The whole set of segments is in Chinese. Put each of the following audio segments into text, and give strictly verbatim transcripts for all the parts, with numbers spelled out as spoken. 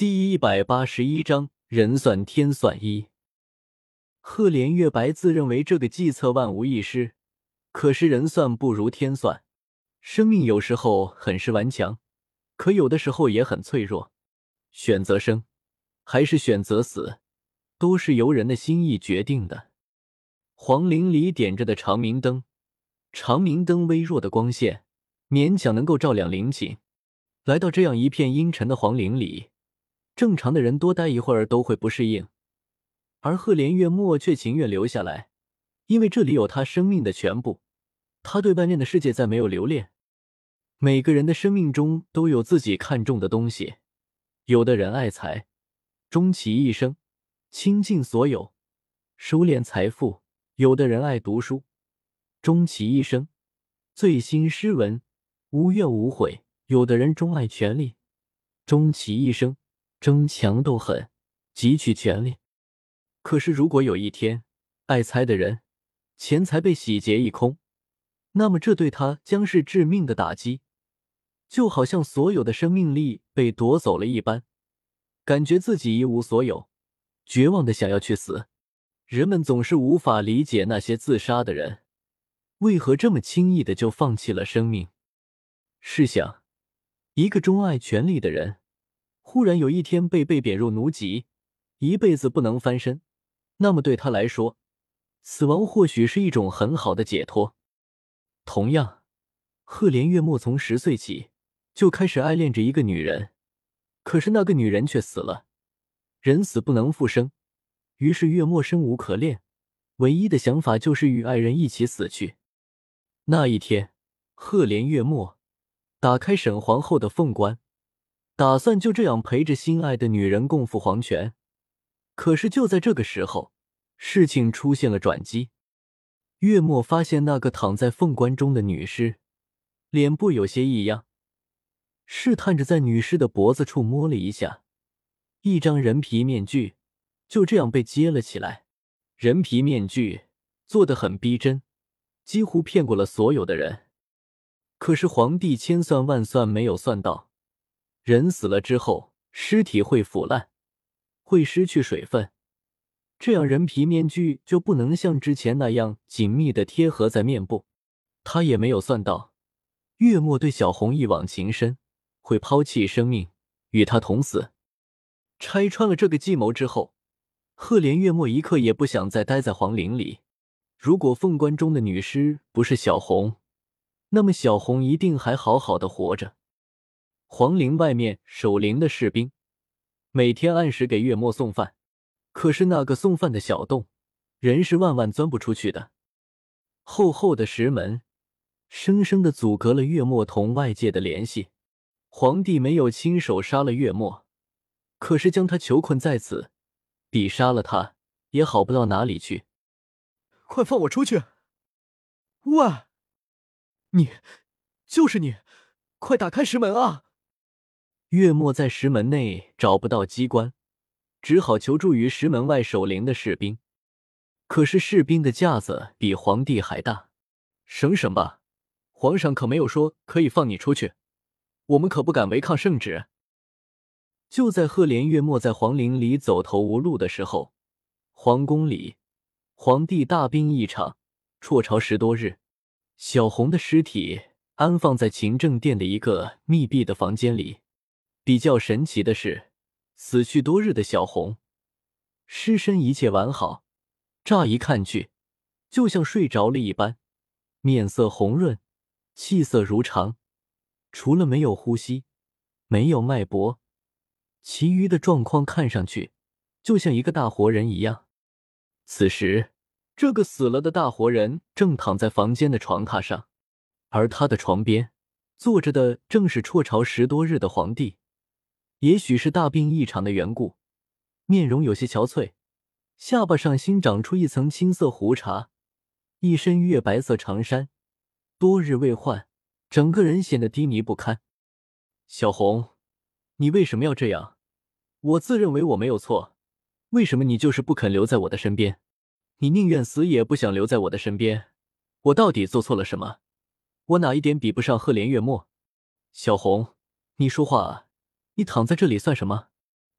第一百八十一章人算天算一。赫连月白自认为这个计策万无一失，可是人算不如天算。生命有时候很是顽强，可有的时候也很脆弱。选择生还是选择死，都是由人的心意决定的。皇陵里点着的长明灯，长明灯微弱的光线勉强能够照亮陵寝。来到这样一片阴沉的皇陵里，正常的人多待一会儿都会不适应，而赫连月墨却情愿留下来，因为这里有他生命的全部。他对外面的世界再没有留恋。每个人的生命中都有自己看重的东西，有的人爱财，终其一生倾尽所有收敛财富；有的人爱读书，终其一生醉心诗文，无怨无悔；有的人钟爱权力，终其一生争强斗狠，汲取权力。可是如果有一天爱财的人钱财被洗劫一空，那么这对他将是致命的打击，就好像所有的生命力被夺走了一般，感觉自己一无所有，绝望的想要去死。人们总是无法理解那些自杀的人为何这么轻易的就放弃了生命。试想，一个钟爱权力的人忽然有一天被被贬入奴籍，一辈子不能翻身，那么对他来说，死亡或许是一种很好的解脱。同样，赫连月墨从十岁起就开始爱恋着一个女人，可是那个女人却死了。人死不能复生，于是月墨生无可恋，唯一的想法就是与爱人一起死去。那一天，赫连月墨打开沈皇后的凤冠，打算就这样陪着心爱的女人共赴黄泉。可是就在这个时候，事情出现了转机。月墨发现那个躺在凤冠中的女尸脸部有些异样，试探着在女尸的脖子处摸了一下，一张人皮面具就这样被揭了起来。人皮面具做得很逼真，几乎骗过了所有的人。可是皇帝千算万算没有算到，人死了之后，尸体会腐烂，会失去水分，这样人皮面具就不能像之前那样紧密地贴合在面部。他也没有算到，月墨对小红一往情深，会抛弃生命，与他同死。拆穿了这个计谋之后，赫连月墨一刻也不想再待在皇陵里。如果凤冠中的女尸不是小红，那么小红一定还好好的活着。皇陵外面守陵的士兵每天按时给月墨送饭，可是那个送饭的小洞，人是万万钻不出去的。厚厚的石门生生地阻隔了月墨同外界的联系。皇帝没有亲手杀了月墨，可是将他囚困在此，比杀了他也好不到哪里去。 快放我出去！喂，你，就是你，快打开石门啊！ 月墨在石门内找不到机关，只好求助于石门外守陵的士兵。可是士兵的架子比皇帝还大。省省吧，皇上可没有说可以放你出去，我们可不敢违抗圣旨。就在赫连月墨在皇陵里走投无路的时候，皇宫里皇帝大病一场，辍朝十多日。小红的尸体安放在勤政殿的一个密闭的房间里。比较神奇的是，死去多日的小红尸身一切完好，乍一看去就像睡着了一般，面色红润，气色如常，除了没有呼吸，没有脉搏，其余的状况看上去就像一个大活人一样。此时这个死了的大活人正躺在房间的床榻上，而他的床边坐着的正是辍朝十多日的皇帝。也许是大病异常的缘故，面容有些憔悴，下巴上新长出一层青色胡茬，一身月白色长衫，多日未换，整个人显得低迷不堪。小红，你为什么要这样？我自认为我没有错，为什么你就是不肯留在我的身边？你宁愿死也不想留在我的身边，我到底做错了什么？我哪一点比不上赫连月墨？小红，你说话啊，你躺在这里算什么？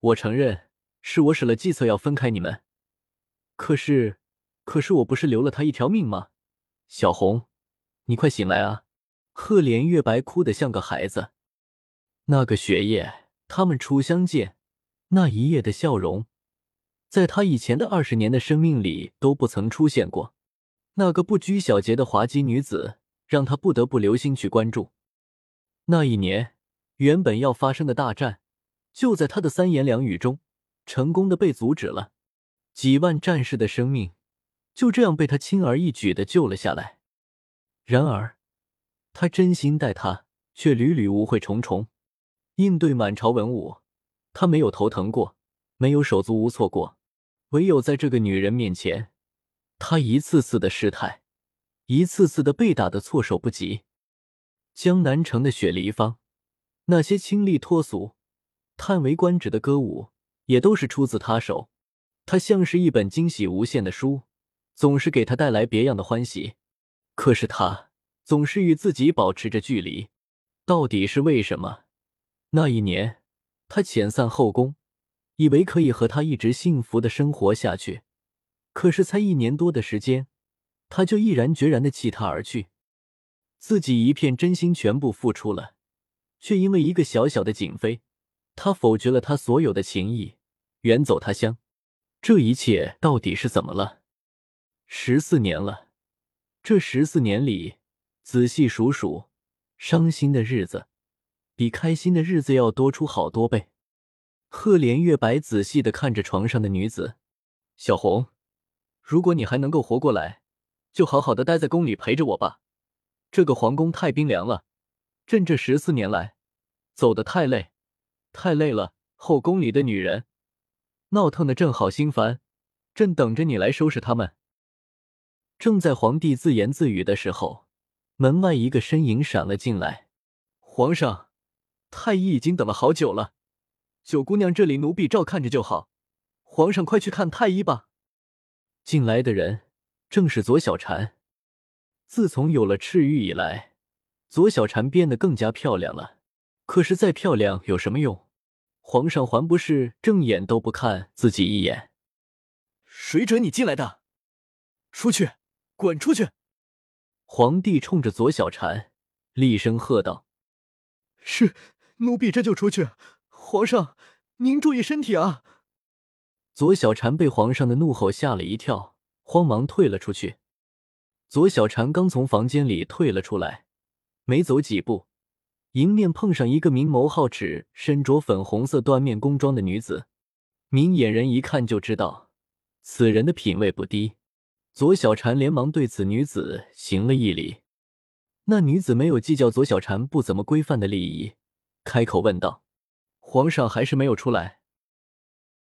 我承认是我使了计策要分开你们，可是，可是我不是留了他一条命吗？小红，你快醒来啊！赫连月白哭得像个孩子。那个雪夜，他们初相见，那一夜的笑容，在他以前的二十年的生命里都不曾出现过。那个不拘小节的滑稽女子，让他不得不留心去关注。那一年，原本要发生的大战，就在他的三言两语中，成功的被阻止了。几万战士的生命，就这样被他轻而易举的救了下来。然而，他真心待他，却屡屡误会重重。应对满朝文武，他没有头疼过，没有手足无措过，唯有在这个女人面前，他一次次的失态，一次次的被打得措手不及。江南城的雪梨坊，那些清丽脱俗、叹为观止的歌舞，也都是出自他手。他像是一本惊喜无限的书，总是给他带来别样的欢喜。可是他总是与自己保持着距离，到底是为什么？那一年，他遣散后宫，以为可以和他一直幸福的生活下去。可是才一年多的时间，他就毅然决然地弃他而去。自己一片真心全部付出了，却因为一个小小的景妃，他否决了他所有的情谊，远走他乡。这一切到底是怎么了？十四年了，这十四年里，仔细数数，伤心的日子比开心的日子要多出好多倍。赫连月白仔细地看着床上的女子，小红，如果你还能够活过来，就好好的待在宫里陪着我吧。这个皇宫太冰凉了，朕这十四年来走得太累，太累了。后宫里的女人闹腾的朕好心烦，朕等着你来收拾他们。正在皇帝自言自语的时候，门外一个身影闪了进来。皇上，太医已经等了好久了，九姑娘这里奴婢照看着就好，皇上快去看太医吧。进来的人正是左小婵。自从有了赤玉以来，左小婵变得更加漂亮了。可是再漂亮有什么用？皇上还不是正眼都不看自己一眼。 谁准你进来的？出去，滚出去！ 皇帝冲着左小婵厉声喝道。 是，奴婢这就出去。皇上，您注意身体啊！ 左小婵被皇上的怒吼吓了一跳，慌忙退了出去。左小婵刚从房间里退了出来，没走几步，迎面碰上一个明眸皓齿、身着粉红色缎面宫装的女子。明眼人一看就知道，此人的品味不低。左小婵连忙对此女子行了一礼。那女子没有计较左小婵不怎么规范的礼仪，开口问道：“皇上还是没有出来？”